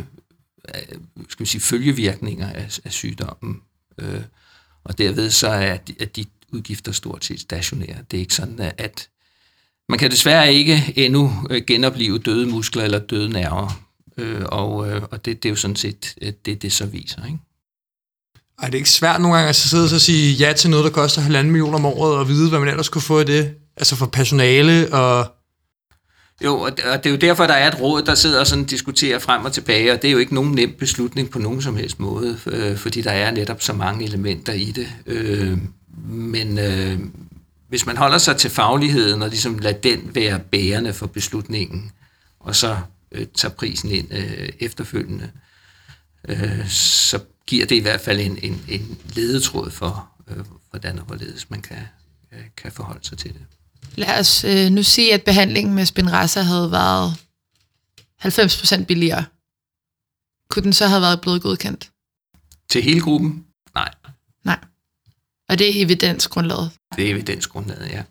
Speaker 3: følgevirkninger af sygdommen. Og derved så er de udgifter stort set stationære. Det er ikke sådan, at man kan desværre ikke endnu genopleve døde muskler eller døde nerver. Og det er jo sådan set det så viser, ikke?
Speaker 9: Ej, det er ikke svært nogle gange at sidde og sige ja til noget, der koster 1,5 million om året, og vide, hvad man ellers kunne få i det? Altså for personale og...
Speaker 3: Jo, og det er jo derfor, der er et råd, der sidder og sådan diskuterer frem og tilbage, og det er jo ikke nogen nem beslutning på nogen som helst måde, fordi der er netop så mange elementer i det. Men hvis man holder sig til fagligheden og ligesom lader den være bærende for beslutningen, og så tager prisen ind efterfølgende, så giver det i hvert fald en ledetråd for, hvordan og hvorledes man kan forholde sig til det.
Speaker 7: Lad os nu sige, at behandlingen med Spinraza havde været 90% billigere. Kunne den så have været blevet godkendt?
Speaker 3: Til hele gruppen? Nej.
Speaker 7: Nej. Og det er evidensgrundlaget?
Speaker 3: Det er evidensgrundlaget, ja.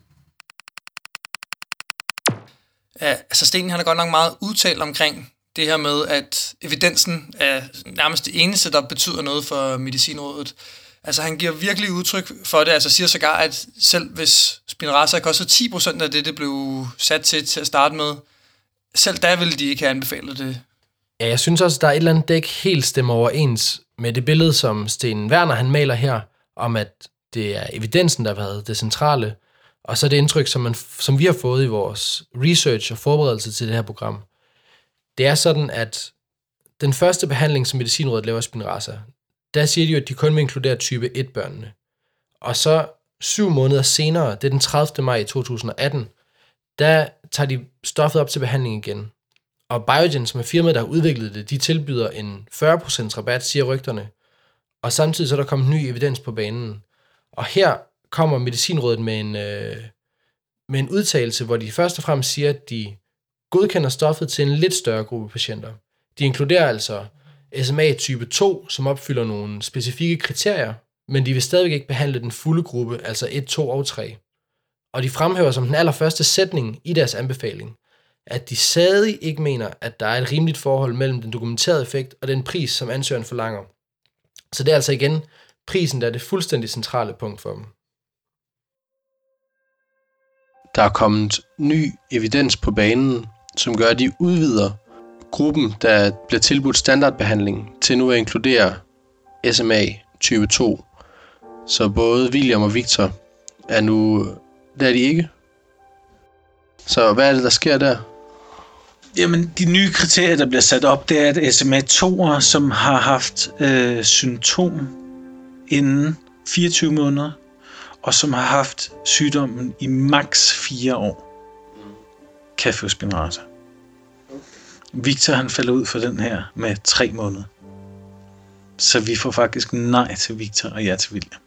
Speaker 6: Ja, altså Sten han er godt nok meget udtalt omkring det her med, at evidensen er nærmest det eneste, der betyder noget for Medicinrådet. Altså han giver virkelig udtryk for det, altså siger sågar, at selv hvis Spinraza kostede 10% af det blev sat til at starte med, selv der ville de ikke have anbefalet det.
Speaker 5: Ja, jeg synes også, der er et eller andet, der ikke helt stemmer overens med det billede, som Sten Werner han maler her, om at det er evidensen, der har været det centrale, og så det indtryk, som vi har fået i vores research og forberedelse til det her program. Det er sådan, at den første behandling, som Medicinrådet laver af Spinraza, der siger de jo, at de kun vil inkludere type 1-børnene. Og så 7 måneder senere, det er den 30. maj 2018, der tager de stoffet op til behandling igen. Og Biogen, som er firmaet, der har udviklet det, de tilbyder en 40% rabat, siger rygterne. Og samtidig så er der kommet ny evidens på banen. Og her kommer Medicinrådet med en udtalelse, hvor de først og fremmest siger, at de godkender stoffet til en lidt større gruppe patienter. De inkluderer altså SMA type 2, som opfylder nogle specifikke kriterier, men de vil stadigvæk ikke behandle den fulde gruppe, altså 1, 2 og 3. Og de fremhæver som den allerførste sætning i deres anbefaling, at de stadig ikke mener, at der er et rimeligt forhold mellem den dokumenterede effekt og den pris, som ansøgeren forlanger. Så det er altså igen prisen, der er det fuldstændig centrale punkt for dem.
Speaker 10: Der er kommet ny evidens på banen, som gør, at de udvider gruppen, der bliver tilbudt standardbehandling, til nu at inkludere SMA type 2. Så både William og Victor er nu... Det er de ikke. Så hvad er det, der sker der?
Speaker 1: Jamen, de nye kriterier, der bliver sat op, det er, at SMA2'ere, som har haft symptom inden 24 måneder, og som har haft sygdommen i maks 4 år, kan få Spinraza. Victor han falder ud for den her med 3 måneder. Så vi får faktisk nej til Victor og ja til William.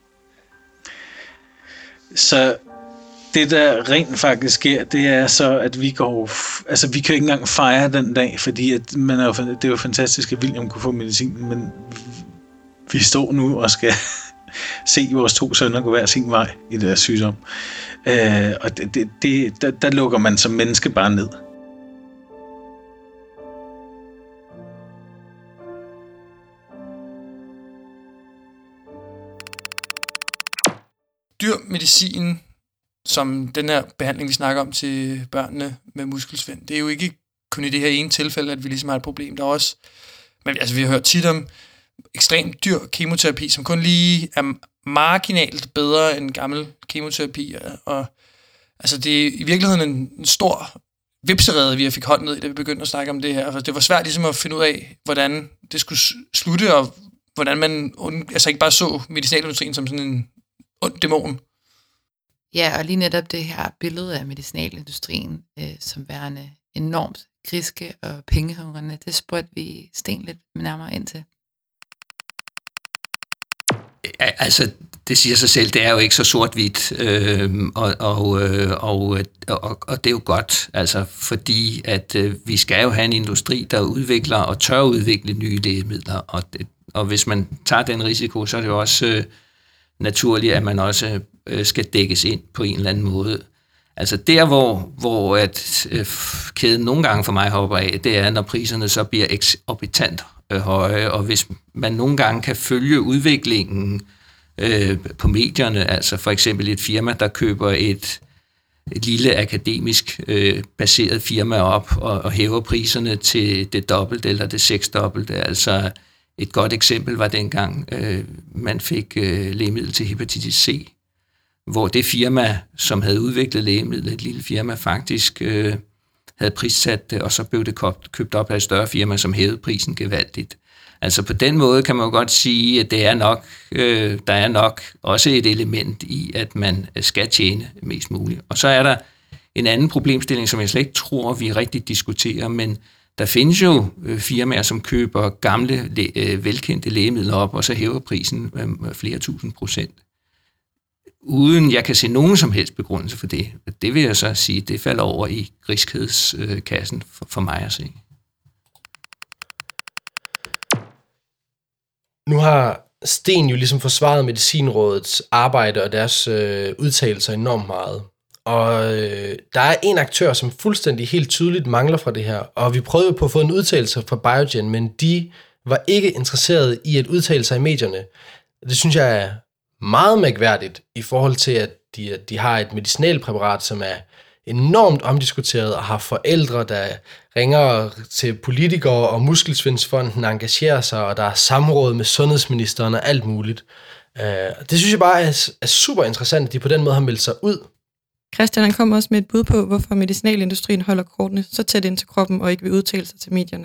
Speaker 1: Så det, der rent faktisk sker, det er så, at vi går... Altså, vi kan ikke engang fejre den dag, fordi at det er jo fantastisk, at William kunne få medicin, men vi står nu og skal se vores 2 sønner gå hver sin vej i deres sygdom. Og der lukker man som menneske bare ned.
Speaker 6: Dyr medicin, som den her behandling, vi snakker om til børnene med muskelsvind, det er jo ikke kun i det her ene tilfælde, at vi ligesom har et problem. Der er også, men altså, vi har hørt tit om ekstremt dyr kemoterapi, som kun lige er marginalt bedre end gammel kemoterapi. Og altså, det er i virkeligheden en stor vipserede, vi fik hånden ned i, da vi begyndte at snakke om det her. Altså, det var svært ligesom at finde ud af, hvordan det skulle slutte, og hvordan man altså ikke bare så medicinalindustrien som sådan en ond dæmon.
Speaker 7: Ja, og lige netop det her billede af medicinalindustrien som værende enormt griske og pengehungrende, det spurgte vi Sten lidt nærmere ind til.
Speaker 3: Altså, det siger sig selv, det er jo ikke så sort-hvidt, og det er jo godt, altså, fordi at vi skal jo have en industri, der udvikler og tør udvikle nye lægemidler, og hvis man tager den risiko, så er det jo også naturligt, at man også skal dækkes ind på en eller anden måde. Altså der, hvor at kæden nogle gange for mig hopper af, det er, når priserne så bliver eksorbitant høje, og hvis man nogle gange kan følge udviklingen på medierne, altså for eksempel et firma, der køber et lille akademisk baseret firma op og hæver priserne til det dobbelte eller det 6-dobbelte. Altså et godt eksempel var dengang, man fik lægemiddel til hepatitis C, hvor det firma, som havde udviklet lægemidlet, et lille firma, faktisk havde prissat det, og så blev det købt op af et større firma, som hævede prisen gevaldigt. Altså på den måde kan man jo godt sige, at der er nok også et element i, at man skal tjene mest muligt. Og så er der en anden problemstilling, som jeg slet ikke tror, vi rigtig diskuterer, men der findes jo firmaer, som køber gamle, velkendte lægemidler op, og så hæver prisen med flere 1000%. Uden jeg kan se nogen som helst begrundelse for det. Det vil jeg så sige, det falder over i griskhedskassen for mig at se.
Speaker 5: Nu har Sten jo ligesom forsvaret Medicinrådets arbejde og deres udtalelser enormt meget. Og der er en aktør, som fuldstændig helt tydeligt mangler fra det her. Og vi prøvede på at få en udtalelse fra Biogen, men de var ikke interesseret i at udtale sig i medierne. Det synes jeg er meget mærkværdigt i forhold til, at de har et medicinalpræparat, som er enormt omdiskuteret og har forældre, der ringer til politikere, og Muskelsvindsfonden engagerer sig, og der er samråd med sundhedsministeren og alt muligt. Det synes jeg bare er super interessant, at de på den måde har meldt sig ud.
Speaker 8: Christian han kom også med et bud på, hvorfor medicinalindustrien holder kortene så tæt ind til kroppen og ikke vil udtale sig til medierne.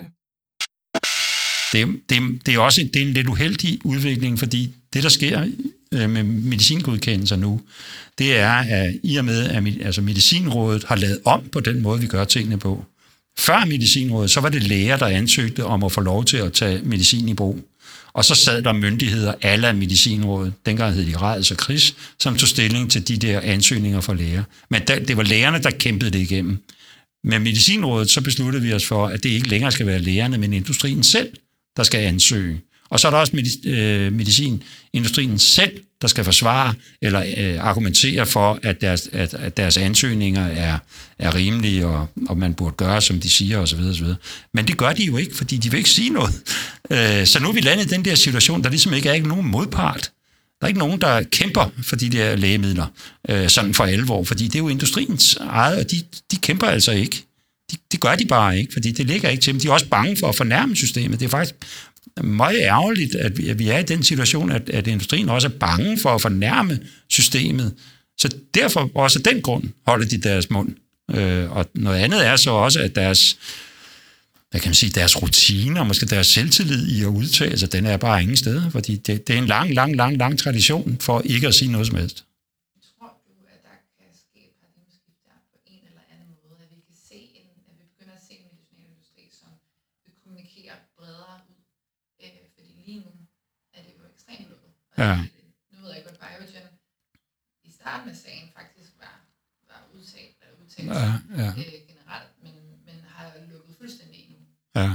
Speaker 4: Det er også en lidt uheldig udvikling, fordi det, der sker med medicingodkendelser nu, det er, at i og med, at Medicinrådet har lavet om på den måde, vi gør tingene på. Før Medicinrådet, så var det læger, der ansøgte om at få lov til at tage medicin i brug. Og så sad der myndigheder, alle af Medicinrådet, dengang hed de RADS og KRIS, som tog stilling til de der ansøgninger for læger. Men det var lægerne, der kæmpede det igennem. Med Medicinrådet, så besluttede vi os for, at det ikke længere skal være lægerne, men industrien selv, der skal ansøge. Og så er der også medicinindustrien selv, der skal forsvare eller argumentere for, at deres ansøgninger er rimelige, og man burde gøre, som de siger, osv. osv. Men det gør de jo ikke, fordi de vil ikke sige noget. Så nu er vi landet i den der situation, der ligesom ikke er nogen modpart. Der er ikke nogen, der kæmper for de der lægemidler, sådan for alvor, fordi det er jo industriens eget, og de kæmper altså ikke. Det gør de bare ikke, fordi det ligger ikke til dem. De er også bange for at fornærme systemet. Det er faktisk meget ærgerligt, at vi er i den situation, at industrien også er bange for at fornærme systemet. Så derfor også af den grund holder de deres mund. Og noget andet er så også, at deres rutiner, måske deres selvtillid i at udtale sig, den er bare ingen steder, fordi det er en lang tradition for ikke at sige noget som helst.
Speaker 7: Tror du, at der kan ske paradigmeskifte på en eller anden måde, at vi kan se at vi begynder at se en medicinalindustri, som kommunikere bredere ud. Fordi lige nu er det jo ekstremt lukket.
Speaker 4: Ja.
Speaker 7: Nu ved jeg godt, Biogen i starten af sagen faktisk var udtalt generelt, men har lukket fuldstændig nu.
Speaker 4: Ja.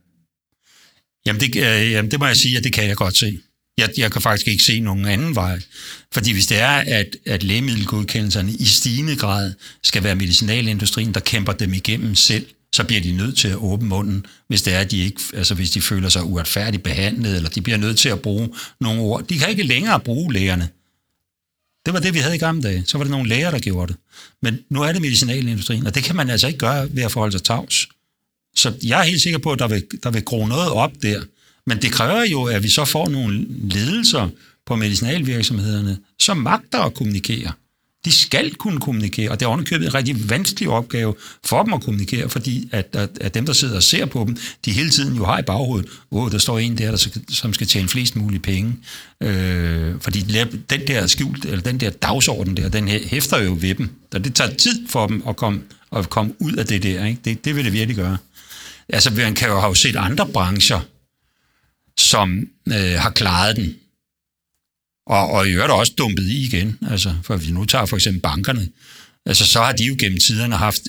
Speaker 4: Jamen det må jeg sige, at det kan jeg godt se. Jeg kan faktisk ikke se nogen anden vej. Fordi hvis det er, at lægemiddelgodkendelserne i stigende grad skal være medicinalindustrien, der kæmper dem igennem selv, så bliver de nødt til at åbne munden, hvis det er, at de ikke, altså hvis de føler sig uretfærdigt behandlet, eller de bliver nødt til at bruge nogle ord. De kan ikke længere bruge lægerne. Det var det, vi havde i gamle dage. Så var det nogle læger, der gjorde det. Men nu er det medicinalindustrien, og det kan man altså ikke gøre ved at forholde sig tavs. Så jeg er helt sikker på, at der vil gro noget op der. Men det kræver jo, at vi så får nogle ledelser på medicinalvirksomhederne, som magter at kommunikere. De skal kunne kommunikere, og det er ovenikøbet en rigtig vanskelig opgave for dem at kommunikere, fordi at dem, der sidder og ser på dem, de hele tiden jo har i baghovedet, der står en der, som skal tjene flest mulige penge. Fordi den der skjult, eller den der dagsorden der, den hæfter jo ved dem. Og det tager tid for dem at komme ud af det der. Ikke? Det vil det virkelig gøre. Altså, man kan jo have set andre brancher, som har klaret den, og i øvrigt også dumpet i igen. Altså, for vi nu tager for eksempel bankerne, altså, så har de jo gennem tiderne haft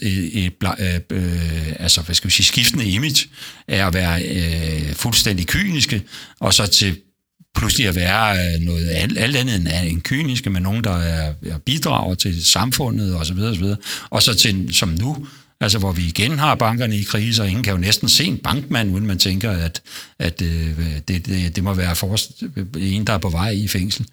Speaker 4: skiftende image af at være fuldstændig kyniske, og så til pludselig at være noget alt andet end kyniske, med nogen, der bidrager til samfundet osv. Og så til, som nu, altså hvor vi igen har bankerne i krise, og ingen kan jo næsten se en bankmand, uden man tænker, at det må være en, der er på vej i fængsel.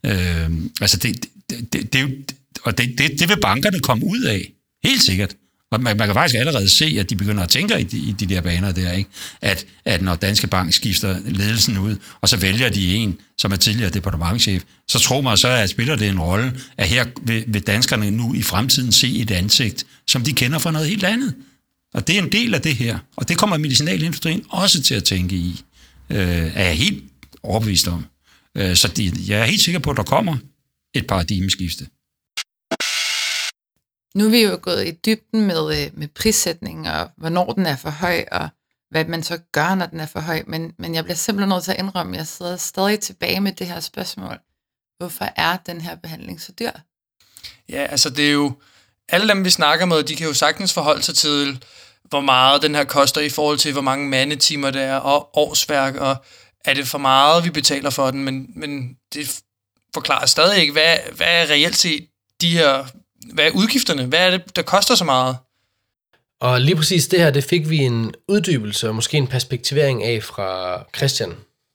Speaker 4: Det vil bankerne komme ud af, helt sikkert. Og man kan faktisk allerede se, at de begynder at tænke i de der baner der, ikke? At når Danske Bank skifter ledelsen ud, og så vælger de en, som er tidligere departementschef, så tror man så, at spiller det en rolle, at her vil danskerne nu i fremtiden se et ansigt, som de kender fra noget helt andet. Og det er en del af det her. Og det kommer medicinalindustrien også til at tænke i, er jeg helt overbevist om. Så jeg er helt sikker på, at der kommer et paradigmeskifte.
Speaker 7: Nu er vi jo gået i dybden med prissætning, og hvornår den er for høj, og hvad man så gør, når den er for høj. Men jeg bliver simpelthen nødt til at indrømme, at jeg sidder stadig tilbage med det her spørgsmål. Hvorfor er den her behandling så dyr?
Speaker 6: Ja, altså det er jo... Alle dem, vi snakker med, de kan jo sagtens forholde sig til, hvor meget den her koster i forhold til, hvor mange mandetimer det er, og årsværk, og er det for meget, vi betaler for den, men det forklarer stadig ikke, hvad er reelt set de her... Hvad er udgifterne? Hvad er det, der koster så meget?
Speaker 5: Og lige præcis det her, det fik vi en uddybelse og måske en perspektivering af fra Christian.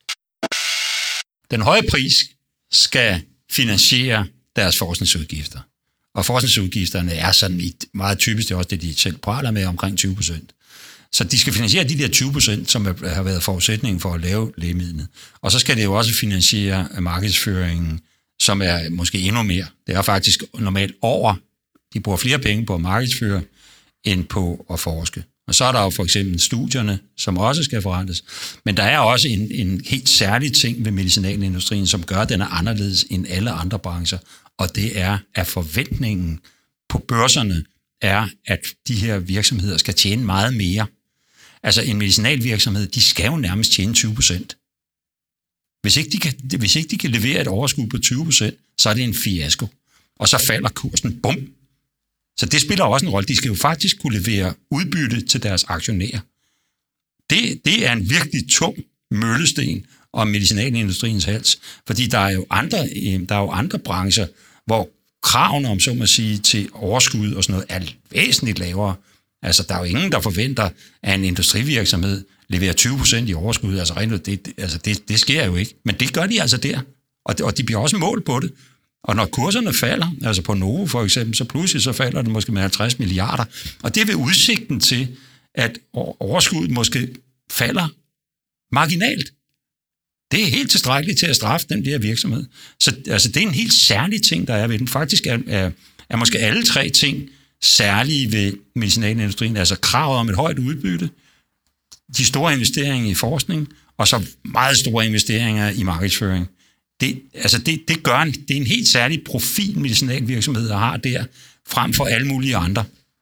Speaker 4: Den høje pris skal finansiere deres forskningsudgifter. Og forskningsudgifterne er sådan meget typisk, det er også det, de selv praler med, omkring 20%. Så de skal finansiere de der 20%, som har været forudsætningen for at lave lægemidlet. Og så skal det jo også finansiere markedsføringen, som er måske endnu mere. Det er faktisk normalt over. De bruger flere penge på at markedsføre, end på at forske. Og så er der jo for eksempel studierne, som også skal forrentes. Men der er også en helt særlig ting ved medicinalindustrien, som gør, at den er anderledes end alle andre brancher. Og det er, at forventningen på børserne er, at de her virksomheder skal tjene meget mere. Altså en medicinalvirksomhed, de skal jo nærmest tjene 20%. Hvis ikke de kan levere et overskud på 20%, så er det en fiasko. Og så falder kursen, bum. Så det spiller også en rolle. De skal jo faktisk kunne levere udbytte til deres aktionærer. Det er en virkelig tung møllesten om medicinalindustriens hals. Fordi der er jo andre brancher, hvor kravene, om så må sige, til overskud og sådan noget, er væsentligt lavere. Altså, der er jo ingen, der forventer, at en industrivirksomhed leverer 20% i overskud. Altså, det sker jo ikke. Men det gør de altså der. Og de bliver også målt på det. Og når kurserne falder, altså på Novo for eksempel, så pludselig så falder det måske med 50 milliarder. Og det er ved udsigten til, at overskuddet måske falder marginalt. Det er helt tilstrækkeligt til at straffe den der virksomhed. Så altså, det er en helt særlig ting, der er ved den. Faktisk er måske alle tre ting særlige ved medicinalindustrien. Altså kravet om et højt udbytte, de store investeringer i forskning, og så meget store investeringer i markedsføring. Det er en helt særlig profil, medicinalvirksomheder har der, frem for alle mulige andre.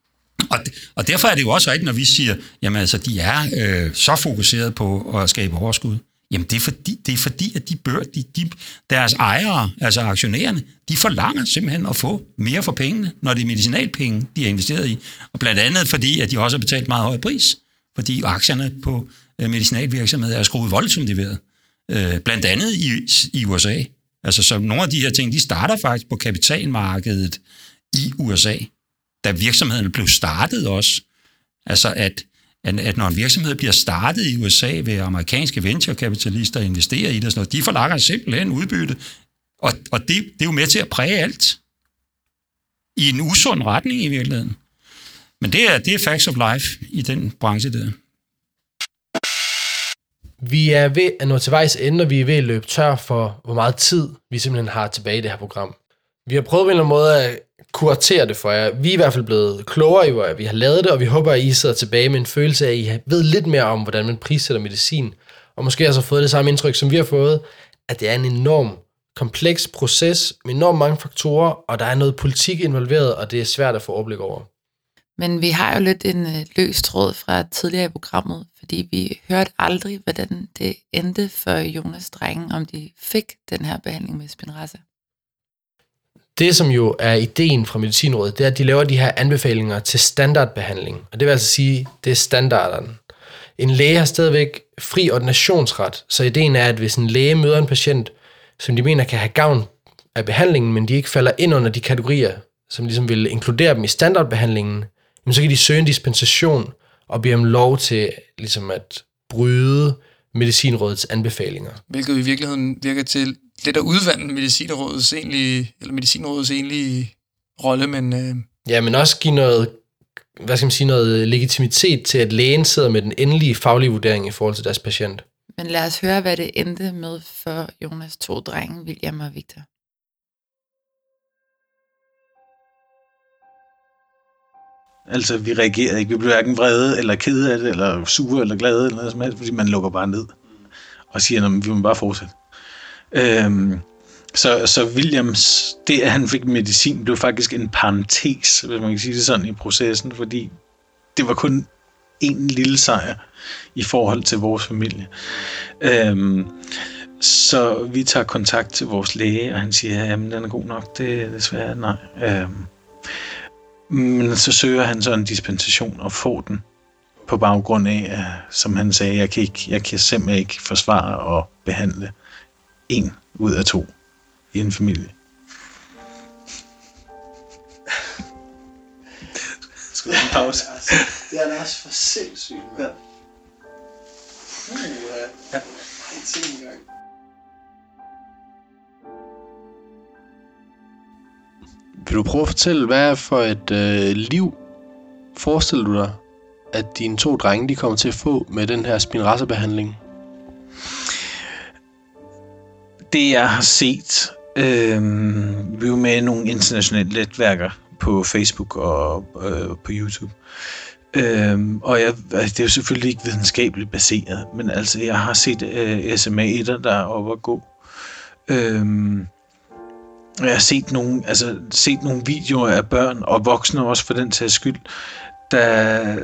Speaker 4: Og derfor er det jo også rigtigt, når vi siger, jamen altså, de er så fokuseret på at skabe overskud. Jamen det er fordi at deres ejere, altså aktionærerne, de forlanger simpelthen at få mere for pengene, når det er medicinalpenge, de er investeret i. Og blandt andet fordi, at de også har betalt meget høj pris, fordi aktierne på medicinalvirksomheder er skruet voldsomt i vejret. Blandt andet i USA. Altså så nogle af de her ting, de starter faktisk på kapitalmarkedet i USA, da virksomheden blev startet også. Altså at når en virksomhed bliver startet i USA ved amerikanske venturekapitalister investerer i det, sådan noget, de forlanger simpelthen udbytte. Og det er jo med til at præge alt i en usund retning i virkeligheden. Men det er facts of life i den branche der.
Speaker 5: Vi er ved at nå til vejs ende, og vi er ved at løbe tør for, hvor meget tid vi simpelthen har tilbage i det her program. Vi har prøvet på en eller anden måde at kuratere det for jer. Vi er i hvert fald blevet klogere i, hvor vi har lavet det, og vi håber, at I sidder tilbage med en følelse af, at I ved lidt mere om, hvordan man prissætter medicin, og måske også har fået det samme indtryk, som vi har fået, at det er en enorm kompleks proces med enormt mange faktorer, og der er noget politik involveret, og det er svært at få overblik over.
Speaker 7: Men vi har jo lidt en løs tråd fra tidligere i programmet, fordi vi hørte aldrig, hvordan det endte for Jonas' drenge, om de fik den her behandling med Spinraza.
Speaker 5: Det, som jo er ideen fra Medicinrådet, det er, at de laver de her anbefalinger til standardbehandling. Og det vil altså sige, det er standarderne. En læge har stadigvæk fri ordinationsret, så ideen er, at hvis en læge møder en patient, som de mener kan have gavn af behandlingen, men de ikke falder ind under de kategorier, som ligesom vil inkludere dem i standardbehandlingen, så kan de søge en dispensation og bede om lov til ligesom at bryde Medicinrådets anbefalinger.
Speaker 6: Hvilket i virkeligheden virker til lidt at udvande Medicinrådets egentlige rolle, men...
Speaker 5: Ja, men også give noget, noget legitimitet til, at lægen sidder med den endelige faglige vurdering i forhold til deres patient.
Speaker 7: Men lad os høre, hvad det endte med for Jonas' 2 drenge, William og Victor.
Speaker 1: Altså, vi reagerede ikke. Vi blev hverken vrede, eller kede af det, eller sure, eller glade, eller noget som helst, fordi man lukker bare ned og siger, at vi må bare fortsætte. Så Williams, det at han fik medicin, blev faktisk en parentes, hvis man kan sige det sådan, i processen, fordi det var kun en lille sejr i forhold til vores familie. Så vi tager kontakt til vores læge, og han siger, jamen den er god nok, det er desværre nej. Men så søger han så en dispensation og får den på baggrund af, som han sagde, jeg kan simpelthen ikke forsvare at behandle 1 ud af 2 i en familie. Skal du have en pause?
Speaker 10: Det er da også for sindssygt, mand. Ja. Vil du prøve at fortælle, hvad for et liv forestiller du dig, at dine 2 drenge de kommer til at få med den her Spinraza-behandling?
Speaker 1: Det jeg har set, vi er jo med nogle internationale netværker på Facebook og på YouTube. Og det er jo selvfølgelig ikke videnskabeligt baseret, men altså jeg har set SMA-1'er, der er oppe at gå. Jeg har set nogle videoer af børn og voksne også for den sags skyld, der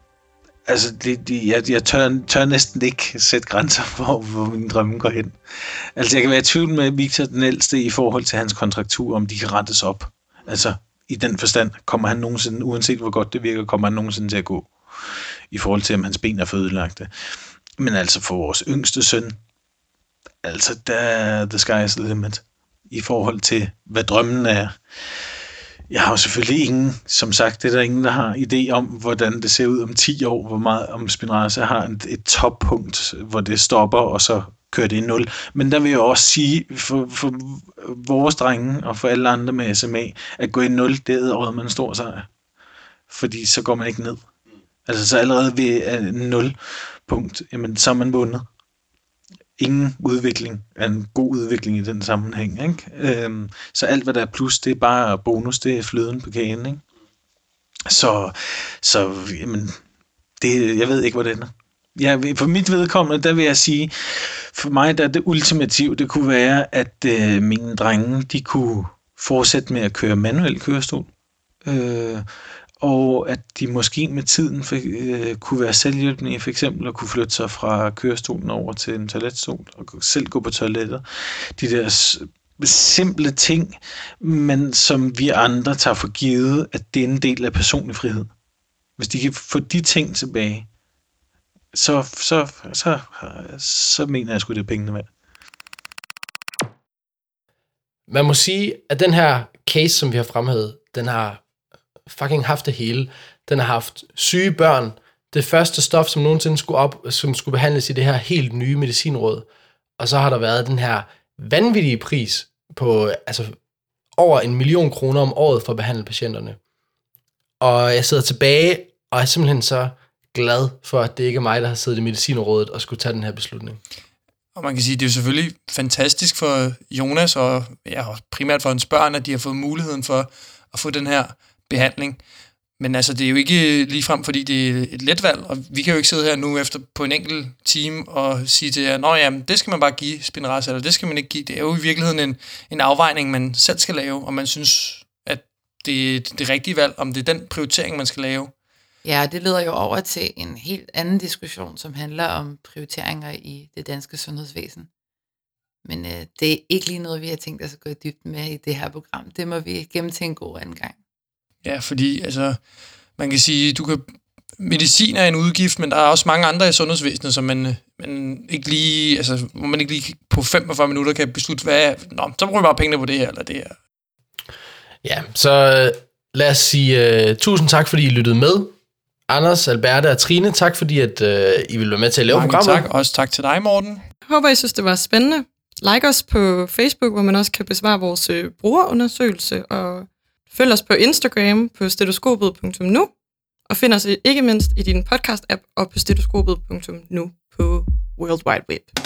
Speaker 1: jeg tør næsten ikke sætte grænser for, hvor mine drømme går hen. Altså jeg kan være i tvivl med Victor den ældste i forhold til hans kontraktur, om de kan rettes op. Altså i den forstand, kommer han nogensinde, uanset hvor godt det virker, kommer han nogensinde til at gå, i forhold til om hans ben er for ødelagte. Men altså for vores yngste søn, altså der the sky is the limit i forhold til, hvad drømmen er. Jeg har jo selvfølgelig ingen, som sagt, det er der ingen, der har idé om, hvordan det ser ud om 10 år, hvor meget om Spinraza har et toppunkt, hvor det stopper, og så kører det i 0. Men der vil jeg også sige, for vores drenge, og for alle andre med SMA, at gå i 0, det er året, man stor sejr. Fordi så går man ikke ned. Altså så allerede ved 0 punkt, jamen så er man vundet. Ingen udvikling er en god udvikling i den sammenhæng, ikke? Så alt hvad der er plus, det er bare bonus, det er fløden på kagen, ikke? Så jamen, det, jeg ved ikke, hvor det ender. For mit vedkommende, der vil jeg sige, for mig der er det ultimative, det kunne være, at mine drenge, de kunne fortsætte med at køre manuel kørestol, og at de måske med tiden kunne være selvhjælpende, for eksempel at kunne flytte sig fra kørestolen over til en toiletstol, og selv gå på toilettet. De der simple ting, men som vi andre tager for givet, at det er en del af personlig frihed. Hvis de kan få de ting tilbage, så mener jeg sgu, det er pengene værd.
Speaker 5: Man må sige, at den her case, som vi har fremhævet, den har fucking haft det hele. Den har haft syge børn. Det første stof, som nogensinde som skulle behandles i det her helt nye medicinråd. Og så har der været den her vanvittige pris på over 1 million kroner om året for at behandle patienterne. Og jeg sidder tilbage og er simpelthen så glad for, at det ikke er mig, der har siddet i medicinrådet og skulle tage den her beslutning.
Speaker 6: Og man kan sige, at det er jo selvfølgelig fantastisk for Jonas og primært for hans børn, at de har fået muligheden for at få den her behandling. Men det er jo ikke ligefrem, fordi det er et let valg, og vi kan jo ikke sidde her nu efter på en enkelt time og sige til jer, det skal man bare give Spinraza, eller det skal man ikke give. Det er jo i virkeligheden en afvejning, man selv skal lave, og man synes, at det er det rigtige valg, om det er den prioritering, man skal lave.
Speaker 7: Ja, det leder jo over til en helt anden diskussion, som handler om prioriteringer i det danske sundhedsvæsen. Men det er ikke lige noget, vi har tænkt os at gå i dybden med i det her program. Det må vi gemme til en god anden gang.
Speaker 6: Ja, fordi man kan sige, medicin er en udgift, men der er også mange andre i sundhedsvæsenet, som man ikke lige, hvor man ikke lige på 45 minutter kan beslutte, så bruger vi bare pengene på det her eller det her.
Speaker 5: Ja, så lad os sige tusind tak, fordi I lyttede med. Anders, Alberte og Trine, tak fordi at I ville være med til at lave programmet.
Speaker 6: Tak, også tak til dig, Morten.
Speaker 8: Jeg håber, I synes, det var spændende. Like os på Facebook, hvor man også kan besvare vores brugerundersøgelse, og følg os på Instagram på stetoskopet.nu, og find os ikke mindst i din podcast-app og på stetoskopet.nu på World Wide Web.